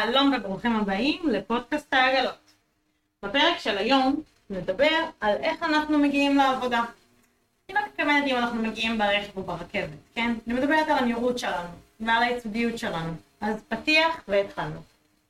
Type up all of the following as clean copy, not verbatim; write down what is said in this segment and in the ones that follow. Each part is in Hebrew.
שלום וברוכים הבאים לפודקאסט העגלות. בפרק של היום נדבר על איך אנחנו מגיעים לעבודה. אני לא מתכוונת אם אנחנו מגיעים ברכב או ברכבת, כן? אני מדברת על הנראות שלנו ועל הייצוגיות שלנו. אז פתיח והתחלנו.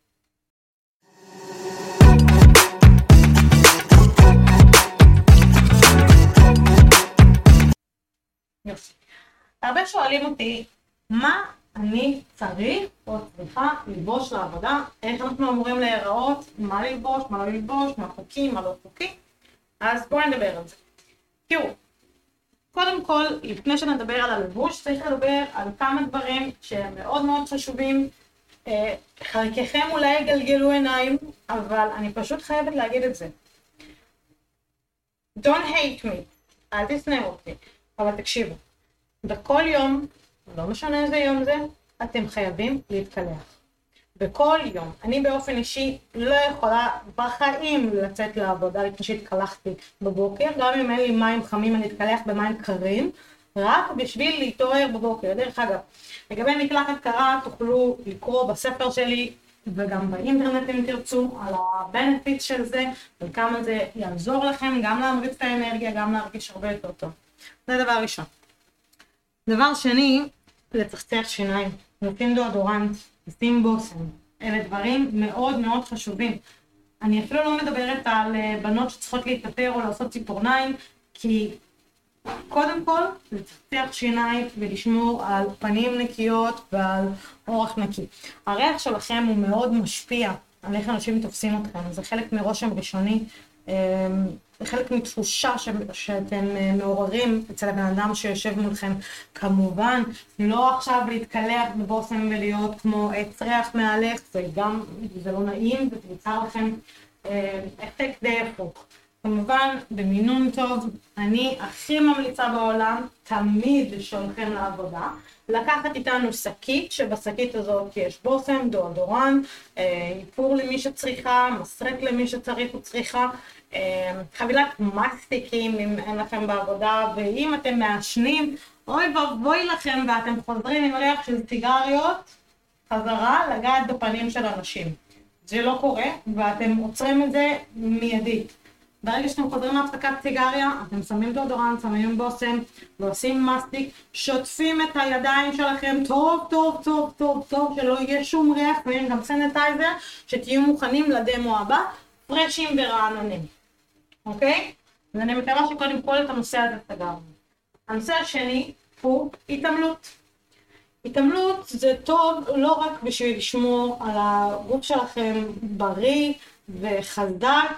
יופי. הרבה שואלים אותי, מה אני צריך או צריכה ללבוש לעבודה, איך אנחנו אמורים להיראות, מה ללבוש, מה לא ללבוש, מה חוקי, מה לא חוקי. אז בואו נדבר על זה. תראו, קודם כל, לפני שנדבר על הלבוש, צריך לדבר על כמה דברים שהם מאוד מאוד חשובים. חלקכם אולי יגלגלו עיניים, אבל אני פשוט חייבת להגיד את זה. Don't hate me, אל תשנאו אותי, אבל תקשיבו, בכל יום, לא משנה איזה יום זה, אתם חייבים להתקלח. בכל יום. אני באופן אישי לא יכולה בחיים לצאת לעבודה לפני שהתקלחתי בבוקר, גם אם אין לי מים חמים אני אתקלח במים קרים, רק בשביל להתעורר בבוקר. דרך אגב, לגבי מקלחת קרה תוכלו לקרוא בספר שלי וגם באינטרנט אם תרצו על הבנפיט של זה, וכמה זה יעזור לכם גם להמריץ את האנרגיה, גם להרגיש הרבה יותר טוב. זה דבר ראשון. דבר שני, לצחצח שיניים, לשים דאודורנט, לשים בושם. אלה דברים מאוד מאוד חשובים. אני אפילו לא מדברת על בנות שצריכות להתאפר או לעשות ציפורניים, כי קודם כל לצחצח שיניים ולשמור על פנים נקיות ועל אורח נקי. הריח שלכם הוא מאוד משפיע על איך אנשים תופסים אתכם. זה חלק מרושם ראשוני, זה חלק מתחושה שאתם מעוררים אצל הבן אדם שיושב מולכם. כמובן, לא עכשיו להתקלח בבושם ולהיות כמו עץ ריח מעלך, זה לא נעים ותיצר לכם אפקט די הפוך. כמובן, במינון טוב, אני הכי ממליצה בעולם, תמיד שהולכים לעבודה, לקחת איתנו שקית, שבשקית הזאת יש בושם, דאודורנט, איפור למי שצריכה, מסרק למי שצריך וצריכה, חבילת מסטיקים אם אין לכם בעבודה, ואם אתם מעשנים, אוי ואבוי לכם ואתם חוזרים עם ריח של סיגריות, חזרה לגעת בפנים של אנשים. זה לא קורה ואתם עוצרים את זה מיידית. ברגע שאתם חוזרים להפסקת סיגריה, אתם שמים דאודורנט, שמים בושם, ועושים מסטיק, שוטפים את הידיים שלכם טוב, טוב, טוב, טוב, טוב, שלא יהיה שום ריח, ואין גם סניטייזר, שתהיו מוכנים לדמו הבא, פרשים ורעננים. אוקיי? אז אני מקווה שקודם כל את הנושא הזה סגרנו. הנושא השני הוא התעמלות. התעמלות זה טוב לא רק בשביל לשמור על הגוף שלכם בריא וחזק,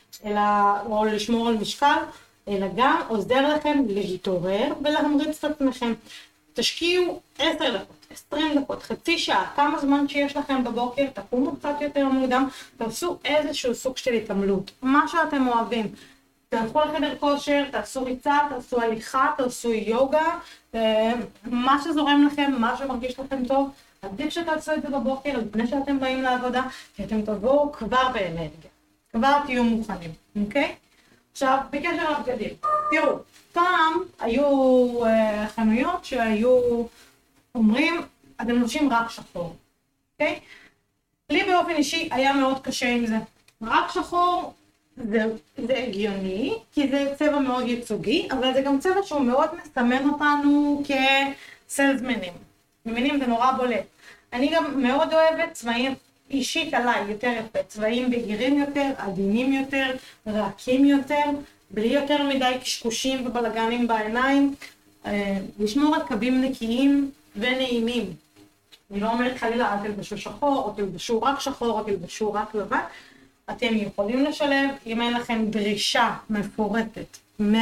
או לשמור על משקל, אלא גם עוזר לכם להתעורר ולהמריץ את עצמכם. תשקיעו 10 דקות, 20 דקות, חצי שעה, כמה זמן שיש לכם בבוקר, תקומו קצת יותר מוקדם, תעשו איזשהו סוג של התעמלות, מה שאתם אוהבים. תלכו לחדר כושר, תעשו ריצה, תעשו הליכה, תעשו יוגה, מה שזורם לכם, מה שמרגיש לכם טוב, עדיף שתעשו את זה בבוקר לפני שאתם באים לעבודה, כי אתם תבואו כבר באנרגיה. כבר תהיו מוכנים, אוקיי? עכשיו, בקשר לבגדים, תראו, פעם היו חנויות שהיו אומרים, אתם לובשים רק שחור, אוקיי? לי באופן אישי היה מאוד קשה עם זה. רק שחור זה הגיוני, כי זה צבע מאוד ייצוגי, אבל זה גם צבע שהוא מאוד מסמן אותנו כסלזמנים. מבינים? זה נורא בולט. אני גם מאוד אוהבת צבעים, אישית עליי יותר יפה, צבעים בהירים יותר, עדינים יותר, רכים יותר, בלי יותר מדי קשקושים ובלגנים בעיניים, לשמור על קווים נקיים ונעימים. אני לא אומרת חלילה, אל תלבשו שחור, או תלבשו רק שחור, או תלבשו רק לבן. אתם יכולים לשלב, אם אין לכם דרישה מפורטת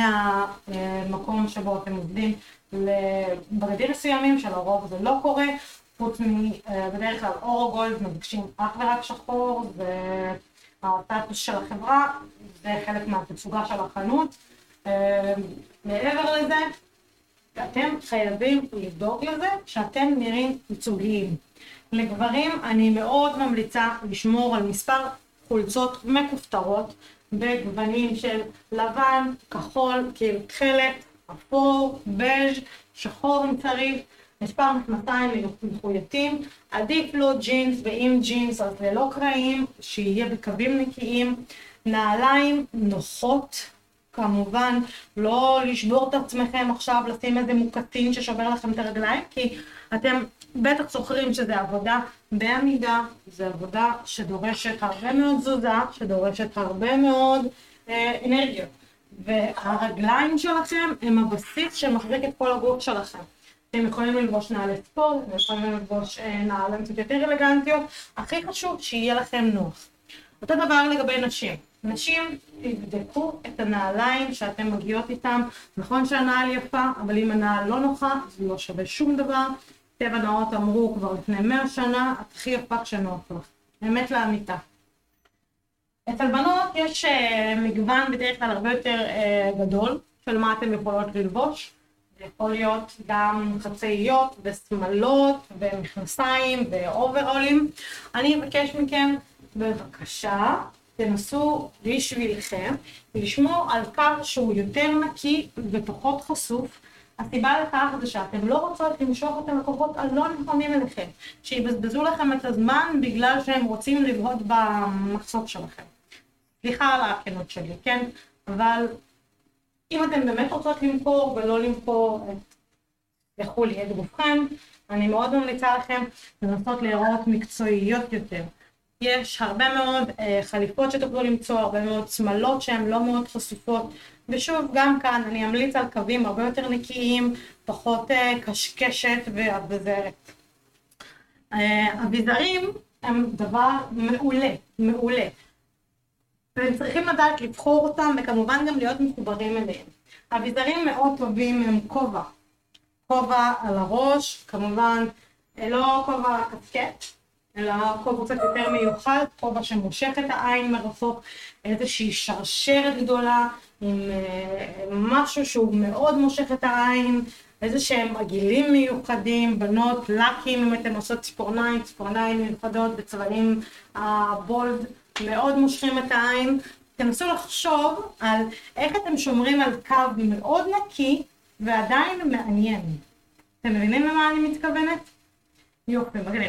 מהמקום שבו אתם עובדים לבגדים מסוימים, שלרוב זה לא קורה, חוץ בדרך כלל אור או גולד מבקשים אך ורק שחור, והסטטוס של החברה זה חלק מהתצוגה של החנות. מעבר לזה, אתם חייבים לדאוג לזה שאתם נראים ייצוגיים. לגברים אני מאוד ממליצה לשמור על מספר חולצות מכופתרות בגוונים של לבן, כחול, כאילו תכלת, אפור, בז', שחור אם צריך, מספר מכנסיים מחויטים, עדיף לו ג'ינס, ואם ג'ינס אז ללא קרעים, שיהיה בקווים נקיים, נעליים נוחות, כמובן לא לשבור את עצמכם עכשיו, לשים איזה מוקטין ששובר לכם את הרגליים, כי אתם בטח זוכרים שזה עבודה בעמידה, זה עבודה שדורשת הרבה מאוד תזוזה, שדורשת הרבה מאוד אנרגיות. והרגליים שלכם הם הבסיס שמחזיק את כל הגוף שלכם. אתם יכולים ללבוש נעלי ספורט, אתם יכולים ללבוש נעליים קצת יותר אלגנטיות, הכי חשוב שיהיה לכם נוח. אותו דבר לגבי נשים. נשים, תבדקו את הנעליים שאתם מגיעות איתם. נכון שהנעל יפה, אבל אם הנעל לא נוחה, זה לא שווה שום דבר. טבע נאות אמרו כבר לפני 100 שנה, את הכי יפה כשנוח לך. באמת לאמיתה. אצל בנות יש מגוון בדרך כלל הרבה יותר גדול של מה אתם יכולות ללבוש. זה יכול להיות גם חצאיות ושמלות ומכנסיים ואוברולים. אני אבקש מכם בבקשה תנסו בשבילכם לשמור על קו שהוא יותר נקי ופחות חשוף. הסיבה לכך זה שאתם לא רוצות למשוך את הלקוחות הלא נכונים אליכם, שיבזבזו לכם את הזמן בגלל שהם רוצים לבהות במחסות שלכם. סליחה על הכנות שלי, כן? אבל אם אתם באמת רוצות למכור ולא למכור לחולי את גופכם, אני מאוד ממליצה לכם לנסות להיראות מקצועיות יותר. יש הרבה מאוד חליפות שתוכלו למצוא, הרבה מאוד שמלות שהן לא מאוד חשופות, ושוב גם כאן אני אמליץ על קווים הרבה יותר נקיים, פחות קשקשת ואבזרת. אביזרים הם דבר מעולה, מעולה. והם צריכים לדעת לבחור אותם וכמובן גם להיות מחוברים אליהם. אביזרים מאוד טובים הם כובע. כובע על הראש, כמובן לא כובע קסקט, אלא כובע קצת יותר מיוחד, כובע שמושך את העין מרחוק, איזושהי שרשרת גדולה עם משהו שהוא מאוד מושך את העין, איזה שהם עגילים מיוחדים, בנות, לקים, אם אתם עושות ציפורניים מיוחדות בצבעים הבולד, מאוד מושכים את העין. תנסו לחשוב על איך אתם שומרים על קו מאוד נקי ועדיין מעניין. אתם מבינים למה אני מתכוונת? יופי, מגניב.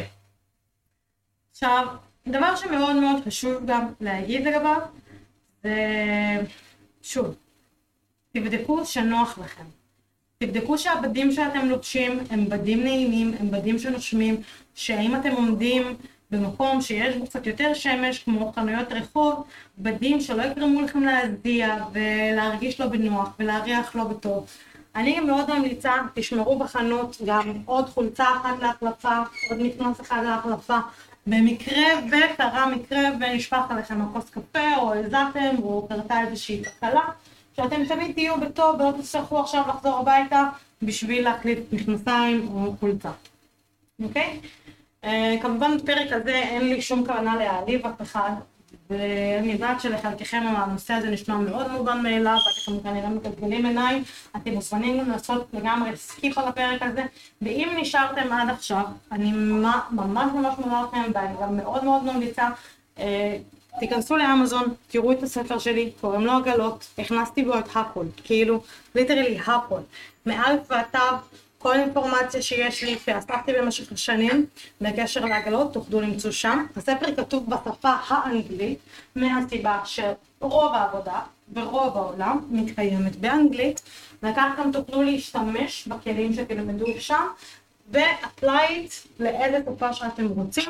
עכשיו, דבר שמאוד מאוד חשוב גם להגיד לגביו, זה שוב, תבדקו שנוח לכם. תבדקו שהבדים שאתם לובשים הם בדים נעימים, הם בדים שנושמים, שאם אתם עומדים במקום שיש בו קצת יותר שמש, כמו חנויות רחוב, בדים שלא יקרמו לכם להזיע ולהרגיש לא בנוח ולהריח לא בטוב. אני מאוד ממליצה, תשמרו בחנות גם עוד חולצה אחת להחלפה, עוד מכנס אחד להחלפה, במקרה וקרה מקרה ונשפך עליכם הכוס קפה או הזעתם או קרתה איזושהי תקלה, שאתם תמיד תהיו בטוב ולא תצטרכו עכשיו לחזור הביתה בשביל להחליף מכנסיים או חולצה. אוקיי? כמובן בפרק הזה אין לי שום כוונה להעליב אף אחד, ואני יודעת שלחלקכם הנושא הזה נשמע מאוד מובן מאליו, ואתם כנראה מגלגלים עיניים, אתם מוזמנים לעשות לגמרי סקיפ על הפרק הזה, ואם נשארתם עד עכשיו, אני ממש מודה לכם, ואני גם מאוד ממליצה, תיכנסו לאמזון, תראו את הספר שלי, קוראים לו עגלות, הכנסתי בו את הכל, כאילו, ליטרלי הכל, מאלף ועד תו, כל אינפורמציה שיש לי שאספתי במשך השנים בקשר לעגלות תוכלו למצוא שם. הספר כתוב בשפה האנגלית מהסיבה שרוב העבודה ורוב העולם מתקיימת באנגלית, וכך גם תוכלו להשתמש בכלים שתלמדו שם ואפלייט לאיזה תופעה שאתם רוצים.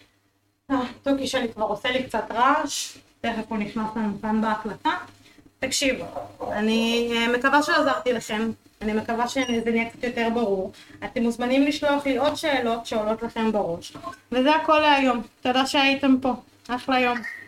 תוקי שלי כבר עושה לי קצת רעש, תכף הוא נכנס לנו כאן בהקלטה. תקשיבו, אני מקווה שעזרתי לכם, אני מקווה שזה נהיה קצת יותר ברור. אתם מוזמנים לשלוח לי עוד שאלות שעולות לכם בראש. וזה הכל להיום. תודה שהייתם פה. אחלה יום.